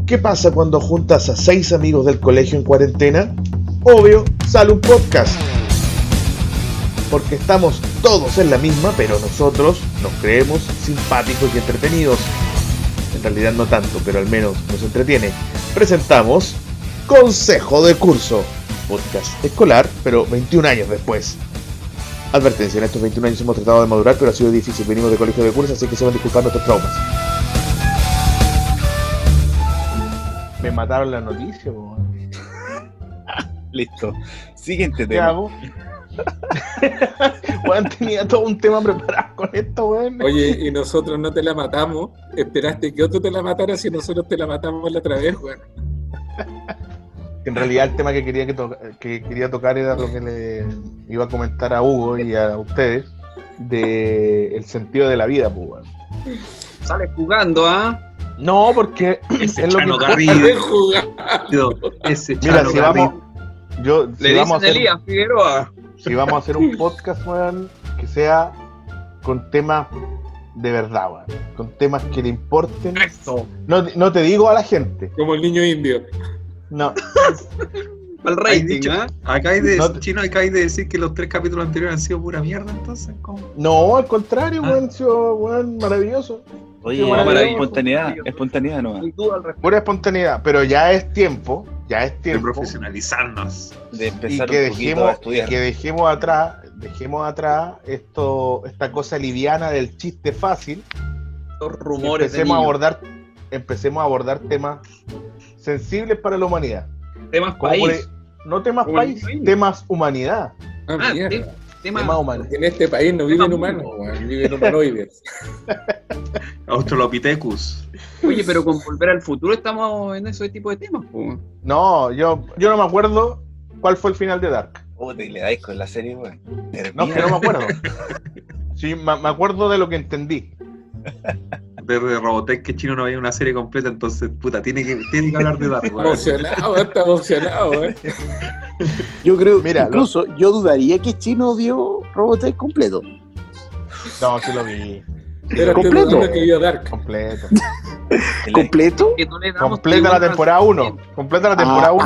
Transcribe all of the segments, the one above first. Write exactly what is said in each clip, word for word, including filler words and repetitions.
¿Qué pasa cuando juntas a seis amigos del colegio en cuarentena? Obvio, sale un podcast. Porque estamos todos en la misma, pero nosotros nos creemos simpáticos y entretenidos. En realidad no tanto, pero al menos nos entretiene. Presentamos Consejo de Curso, podcast escolar, pero veintiún años después. Advertencia, en estos veintiún años hemos tratado de madurar, pero ha sido difícil. Venimos de colegio de curso, así que se van a disculpar nuestros traumas. Me mataron la noticia, weón. Listo. Siguiente tema. Weón, tenía todo un tema preparado con esto, weón. Oye, y nosotros no te la matamos. Esperaste que otro te la matara si nosotros te la matamos la otra vez, weón. En realidad el tema que quería, que, to- que quería tocar era lo que le iba a comentar a Hugo y a ustedes de el sentido de la vida, pues, weón. Sale jugando, ¿ah? ¿eh? No, porque Ese es lo Chano que Garrido. jugando. Ese Mira, Chano si Garrido. vamos, yo, si Le vamos a dicen hacer, Elías Figueroa. si vamos a hacer un podcast, weón, que sea con temas de verdad, weón, con temas que le importen. Eso. No, no te digo a la gente, Como el niño indio. no. Al Hay rating, dicho- ¿ah? Acá hay de No te- chino, acá hay de decir que los tres capítulos anteriores han sido pura mierda, entonces, ¿cómo? No, al contrario, Ah. weón, sido, weón, maravilloso. Oye, Qué buena para idea. espontaneidad, espontaneidad nomás. Sin duda al respecto. Pura espontaneidad, pero ya es tiempo, ya es De tiempo. profesionalizarnos. De Y empezar que un poquito dejemos, a y estudiar. que dejemos atrás, dejemos atrás esto, esta cosa liviana del chiste fácil. Los Y rumores de empecemos a niños. abordar, empecemos a abordar temas sensibles para la humanidad. Temas Como por país. e- no temas Como el país, niño. temas humanidad. Ah, Ah, mierda. te- temas. Temas humanidad. En este país no viven humanos, weón. Viven humanoides. Australopithecus. Oye, pero con Volver al Futuro estamos en ese tipo de temas, po. No, yo, yo no me acuerdo cuál fue el final de Dark. Puta, y le dais con la serie, weón. No, que no me acuerdo. Sí, me, me acuerdo de lo que entendí. De, de Robotech, que chino no veía una serie completa, entonces, puta, tiene que, tiene que hablar de Dark, weón. Emocionado, está emocionado, weón. Yo creo, Mira, incluso yo dudaría que Chino vio Robotech completo. No, sí lo vi. Pero Completo. estoy dudando que vio Dark. Completo. ¿Completo? Que no le damos Completa la tribuna temporada al uno. Completa la temporada uno.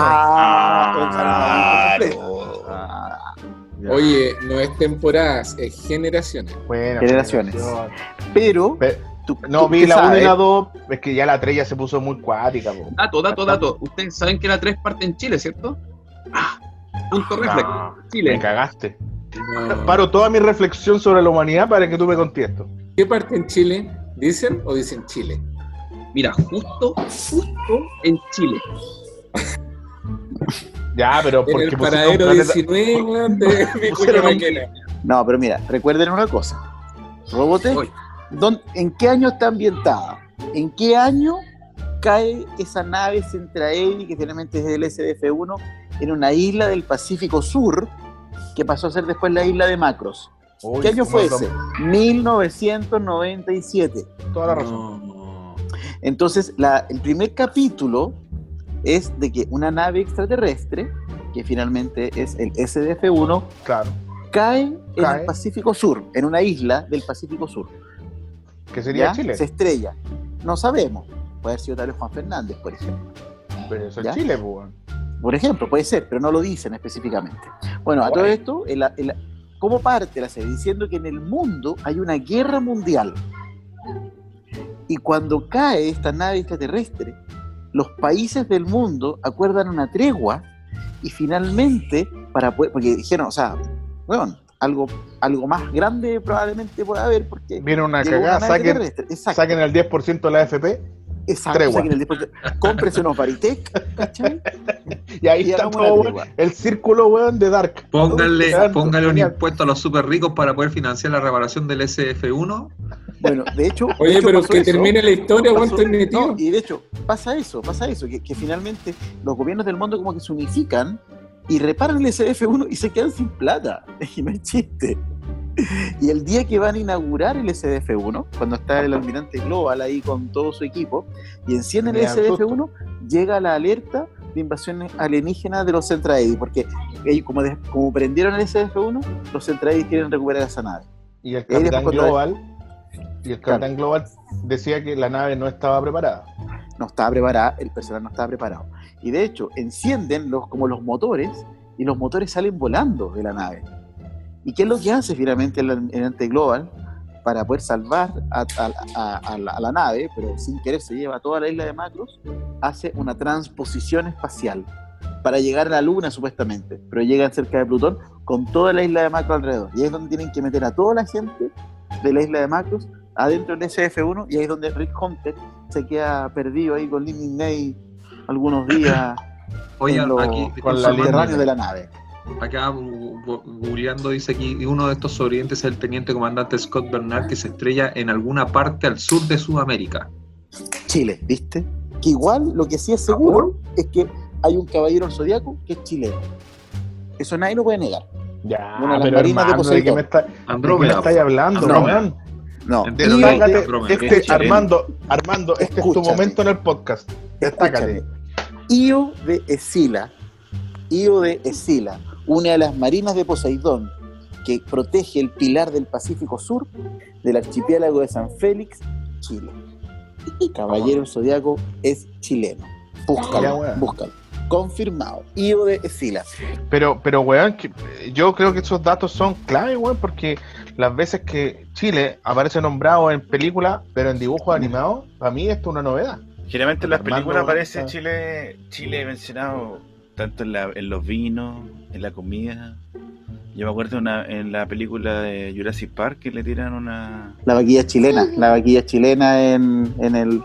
Ah, Claro. completo. Ah, Ya. Oye, no es temporadas, es generaciones. Bueno, Generaciones. generación. pero Pe- tú, No, tú vi qué la uno sabes, y la dos, es que ya la tres ya se puso muy cuática, po. Dato, dato, dato. Ustedes saben que la tres parte en Chile, ¿cierto? Ah, punto reflex. No, me Chile. cagaste. No. Paro toda mi reflexión sobre la humanidad para que tú me contestes. ¿Qué parte en Chile? ¿Dicen o dicen Chile? Mira, justo, justo en Chile. Ya, pero En porque el pusiste paradero un planeta- diecinueve, weón, de mi Pusieron un- Maquena. No, pero mira, recuerden una cosa. Robotech, Hoy. ¿dón- ¿en qué año está ambientada? ¿En qué año cae esa nave Centraedi, que finalmente es del S D F uno, en una isla del Pacífico Sur, que pasó a ser después la isla de Macros? Uy, ¿Qué año fue no, ese? mil novecientos noventa y siete. Toda la razón. No. Entonces, la- el primer capítulo es de que una nave extraterrestre, que finalmente es el S D F uno, Claro. cae en Cae. el Pacífico Sur, en una isla del Pacífico Sur. ¿Qué sería ¿Ya? Chile? Se estrella. No sabemos. Puede haber sido tal vez Juan Fernández, por ejemplo. Pero eso ¿Ya? es Chile, pues. weón. Por ejemplo, puede ser, pero no lo dicen específicamente. Bueno, a todo Guay. esto, el- el- ¿cómo parte la serie? Diciendo que en el mundo hay una guerra mundial. Y cuando cae esta nave extraterrestre, los países del mundo acuerdan una tregua y finalmente, para poder, porque dijeron, o sea, bueno, algo, algo más grande probablemente puede haber, porque Viene una llegó cagada, nave saquen, extraterrestre. Exacto. saquen el diez por ciento de la A F P Exacto, tregua. saquen el diez por ciento. Cómprese unos Varitec, ¿cachai? y ahí Y está hagamos todo, una weón, tregua. el círculo, weón, de Dark. Pónganle, Todo póngale un genial. impuesto a los super ricos para poder financiar la reparación del S F uno. Bueno, de hecho. de Oye, hecho pero pasó que eso. termine la historia, weón, Pasó- estoy metido. no, y de hecho, pasa eso, pasa eso, que, que finalmente los gobiernos del mundo como que se unifican y reparan el S D F uno y se quedan sin plata. Y no es chiste. Y el día que van a inaugurar el S D F uno, cuando está el almirante Global ahí con todo su equipo, y encienden el Me da S D F susto. uno, llega la alerta de invasiones alienígenas de los Centraedi, porque ellos, como, de- como prendieron el S D F uno, los Centraedi quieren recuperar esa nave. Y el Y ahí Capitán después contra- Global, y el Capitán Global decía que la nave no estaba preparada. no estaba preparada, el personal no estaba preparado. Y de hecho, encienden los, como los motores, y los motores salen volando de la nave. ¿Y qué es lo que hace finalmente el almirante Global para poder salvar a, a, a, a, la, a la nave, pero sin querer se lleva a toda la isla de Macros? Hace una transposición espacial para llegar a la Luna, supuestamente, pero llegan cerca de Plutón con toda la isla de Macros alrededor. Y ahí es donde tienen que meter a toda la gente de la isla de Macros adentro del S F uno, y ahí es donde Rick Hunter se queda perdido ahí con Lin May algunos días Oye, en los aquí con la subterráneos de la nave. Acá googleando dice aquí, uno de estos sobrevivientes es el teniente comandante Scott Bernard, que se estrella en alguna parte al sur de Sudamérica. Chile, ¿viste? Que igual lo que sí es seguro es que hay un caballero del Zodiaco que es chileno. Eso nadie lo puede negar. Ya, Una de las pero marinas de hermano, ¿de qué Poseidón. me, está, ¿de qué me Andrómeda. estáis hablando, No. weón? No, Entero, Io Andrómeda, de- Andrómeda. Este, Chileno. Armando, Armando, este es tu Escúchame. momento en el podcast. Destácate. escúchame. Io de Escila, Io de Escila, una de las marinas de Poseidón que protege el pilar del Pacífico Sur del archipiélago de San Félix, Chile. Caballero del Zodiaco es chileno. Ya, Búscalo, weón. búscalo. Confirmado. Io de Escila. Pero, pero weón, que- yo creo que esos datos son clave, weón, porque las veces que Chile aparece nombrado en películas, pero en dibujos animados, para mí esto es una novedad. Generalmente en las Armando, películas aparece está- Chile, Chile mencionado tanto en, la, en los vinos, en la comida. Yo me acuerdo una, en la película de Jurassic Park que le tiran una... La vaquilla chilena, la vaquilla chilena en, en el...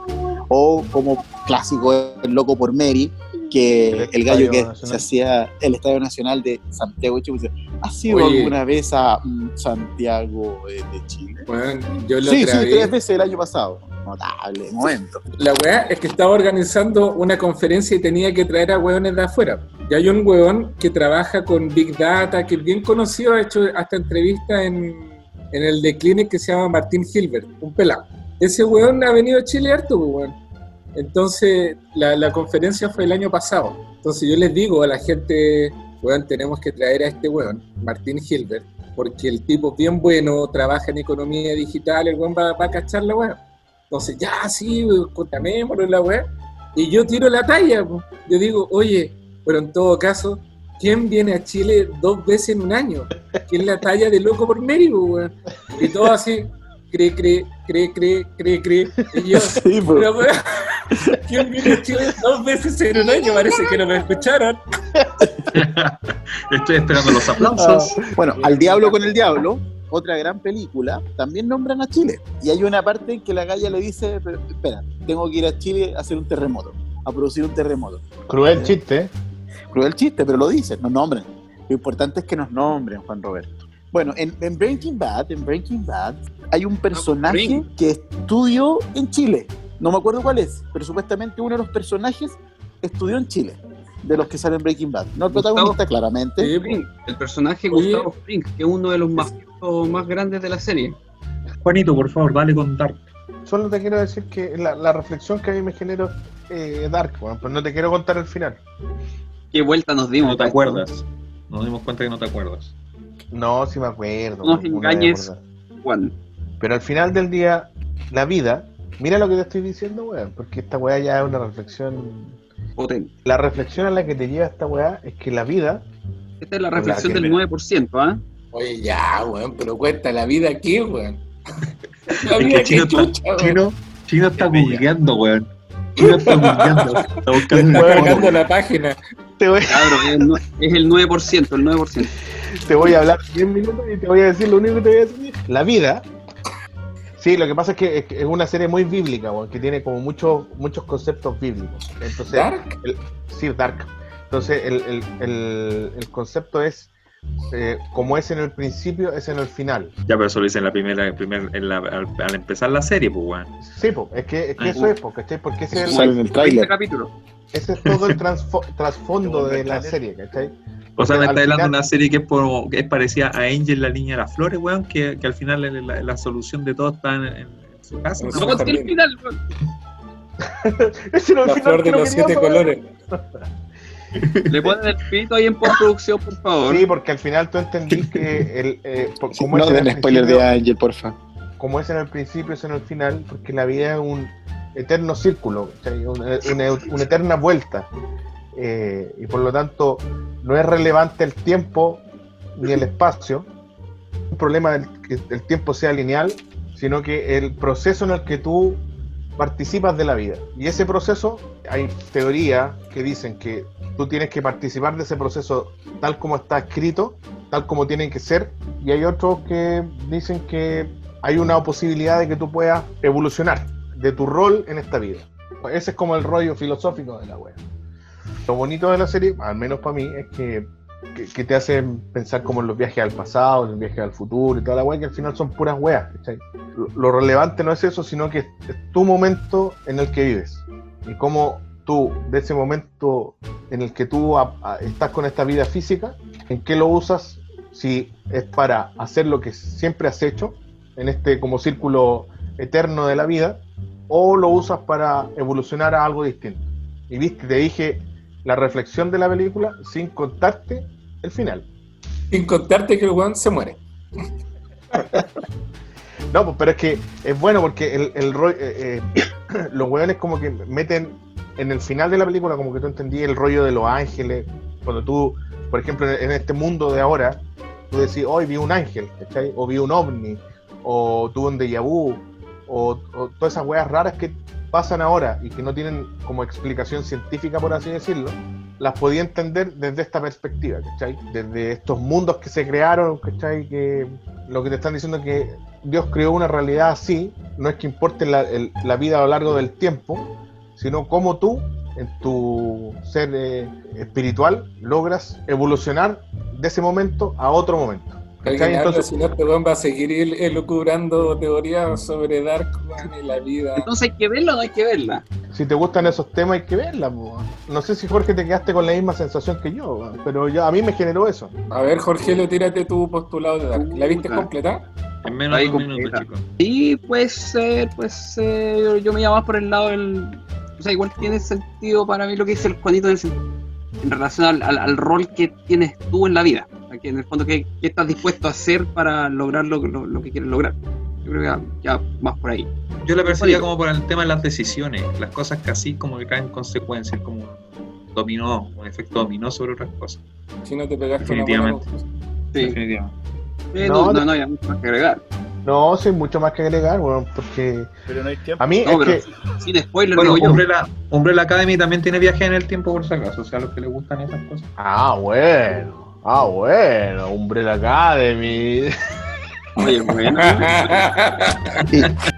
O como clásico, el Loco por Mary, que El el gallo Estadio que Nacional. se hacía el Estadio Nacional de Santiago de Chile. dice, ¿has sido Oye. alguna vez a mm, Santiago eh, de Chile? Bueno, yo la Sí, otra sí, vez- tres veces el año pasado. Notable momento. La weá es que estaba organizando una conferencia y tenía que traer a weones de afuera. Y hay un weón que trabaja con Big Data, que es bien conocido, ha hecho hasta entrevistas en, en el The Clinic, que se llama Martín Hilbert, un pelado. Ese weón ha venido a Chile harto, pues, weón. Entonces, la, la conferencia fue el año pasado. Entonces yo les digo a la gente, weón, tenemos que traer a este weón, Martín Hilbert, porque el tipo es bien bueno, trabaja en economía digital, el weón va, va a cachar la weá. Entonces, ya, sí, contamémoslo la weá. Y yo tiro la talla, po. Yo digo, oye, pero en todo caso, ¿quién viene a Chile dos veces en un año? Que es la talla de Loco por Mary, po, weón. Y todo así, cree, cree, cree, cree, cree, cree. Y yo, Sí, pues. pero, weón, ¿quién viene a Chile dos veces en un año? Parece que no me escucharon. Estoy esperando los aplausos. Bueno, Al Diablo con el Diablo, otra gran película, también nombran a Chile. Y hay una parte en que la galla le dice, pero, espera, tengo que ir a Chile a hacer un terremoto, a producir un terremoto. Cruel chiste. Cruel chiste, pero lo dicen, nos nombran. Lo importante es que nos nombren, Juan Roberto. Bueno, en, en Breaking Bad, en Breaking Bad, hay un personaje Breaking. que estudió en Chile. No me acuerdo cuál es, pero supuestamente uno de los personajes estudió en Chile, de los que salen en Breaking Bad. No el Gustavo. protagonista, claramente. Sí, Spring, el personaje Oye. Gustavo Spring, que es uno de los mafiosos más grandes de la serie. Juanito, por favor, dale con Dark. Solo te quiero decir que la, la reflexión que a mí me generó eh, Dark, weón, pero no te quiero contar el final. ¿Qué vuelta nos dimos? No te para esto? acuerdas. Nos dimos cuenta que no te acuerdas. No, sí me acuerdo. No nos ¿cómo me voy a engañes. acordar? Juan, Pero al final del día, la vida, mira lo que te estoy diciendo, weón, porque esta weá ya es una reflexión. potente. La reflexión a la que te lleva esta weá es que la vida, Esta es la Hola, reflexión que del me- nueve por ciento, ¿ah? Oye, ya, weón, pero cuenta la vida aquí, weón. La Es vida que Chino aquí, está, chucha, weón. Chino, Chino está Es bella. googleando, weón. Chino está googleando. Está buscando Está Weón. cargando la página. te voy, Claro, es el, nue- es el nueve por ciento, el nueve por ciento. te voy a hablar diez minutos y te voy a decir lo único que te voy a decir. La vida, sí, lo que pasa es que es, que es una serie muy bíblica, weón, que tiene como muchos muchos conceptos bíblicos. Entonces, ¿Dark? el- sí, Dark. Entonces, el, el, el, el concepto es, eh, como es en el principio, es en el final. Ya, pero eso lo hice en la primera, en primer, en la, al, al empezar la serie, pues, weón. Sí, po, es que, es que Ah, eso es, po, ¿cachai? Porque ese es el, Sale en el veinte tráiler. capítulos. ese es todo el transfo- trasfondo Te de la vuelve a serie, ¿cachai? O sea, Porque me al está hablando de final- una serie que es, por, que es parecida a Angel, la niña de las flores, weón, que, que al final la, la, la solución de todo está en, en su casa. Eso ¿no? No conté el final, weón. Ese era el La final flor que de no los quería siete saber. colores. Le ponen el pito ahí en postproducción, por favor. Sí, porque al final tú entendís que el, eh, por- como, No es en den el spoiler de principio- Angel, porfa. como es en el principio, es en el final, porque la vida es un eterno círculo, ¿cachai? Una, una, una eterna vuelta. Eh, y por lo tanto no es relevante el tiempo ni el espacio, un problema del que el tiempo sea lineal, sino que el proceso en el que tú participas de la vida. Y ese proceso, hay teorías que dicen que tú tienes que participar de ese proceso tal como está escrito, tal como tiene que ser, y hay otros que dicen que hay una posibilidad de que tú puedas evolucionar de tu rol en esta vida. Ese es como el rollo filosófico de la wea. Lo bonito de la serie, al menos para mí, es que, que, que te hacen pensar como en los viajes al pasado, en los viajes al futuro y toda la wea, que al final son puras weas, ¿cachai? Lo, lo relevante no es eso, sino que es, es tu momento en el que vives. Y cómo tú, de ese momento en el que tú a, a, estás con esta vida física, en qué lo usas, si es para hacer lo que siempre has hecho, en este como círculo eterno de la vida, o lo usas para evolucionar a algo distinto. Y viste, te dije la reflexión de la película sin contarte el final. Sin contarte que el weón se muere. No, pues, pero es que es bueno porque el, el rollo, eh, eh, los weones como que meten en el final de la película, como que tú entendí el rollo de los ángeles. Cuando tú, por ejemplo, en este mundo de ahora, tú decís, hoy vi un ángel, ¿cachai? O vi un ovni, o tuve un déjà vu, o, o todas esas weas raras que pasan ahora y que no tienen como explicación científica, por así decirlo, las podía entender desde esta perspectiva, ¿cachai? Desde estos mundos que se crearon, ¿cachai? Que lo que te están diciendo es que Dios creó una realidad así, no es que importe la, el, la vida a lo largo del tiempo, sino cómo tú, en tu ser eh, espiritual, logras evolucionar de ese momento a otro momento. Entonces, si no, este weón va a seguir elucubrando teorías sobre Darkman y la vida. Entonces, ¿hay que verla o no hay que verla? Si te gustan esos temas, hay que verla, po. No sé si, Jorge, te quedaste con la misma sensación que yo, pero yo, a mí me generó eso. A ver, Jorge, lo tírate tu postulado de Dark. ¿La viste completa? En menos de un minuto, chicos. Sí, puede ser, puede ser. Yo, yo me iba más por el lado del... O sea, igual tiene sentido para mí lo que dice el Juanito en, el, en relación al, al, al rol que tienes tú en la vida. Aquí en el fondo, ¿qué, qué estás dispuesto a hacer para lograr lo, lo, lo que quieres lograr? Yo creo que ya, ya más por ahí. Yo la percibía como por el tema de las decisiones, las cosas que así como que traen consecuencias, como un dominó, un efecto dominó sobre otras cosas. Si no te pegaste definitivamente. Una buena... Sí. Definitivamente. Eh, no, no, no, no, hay mucho más que agregar. No, sí, mucho más que agregar, bueno, porque Pero no hay tiempo. a mí No, es pero que... sin spoiler, Bueno, digo yo. Umbrella, Umbrella Academy también tiene viaje en el tiempo, por si acaso, o sea, a los que les gustan esas cosas. Ah, bueno. Ah, bueno, Umbrella Academy. Oye, bueno.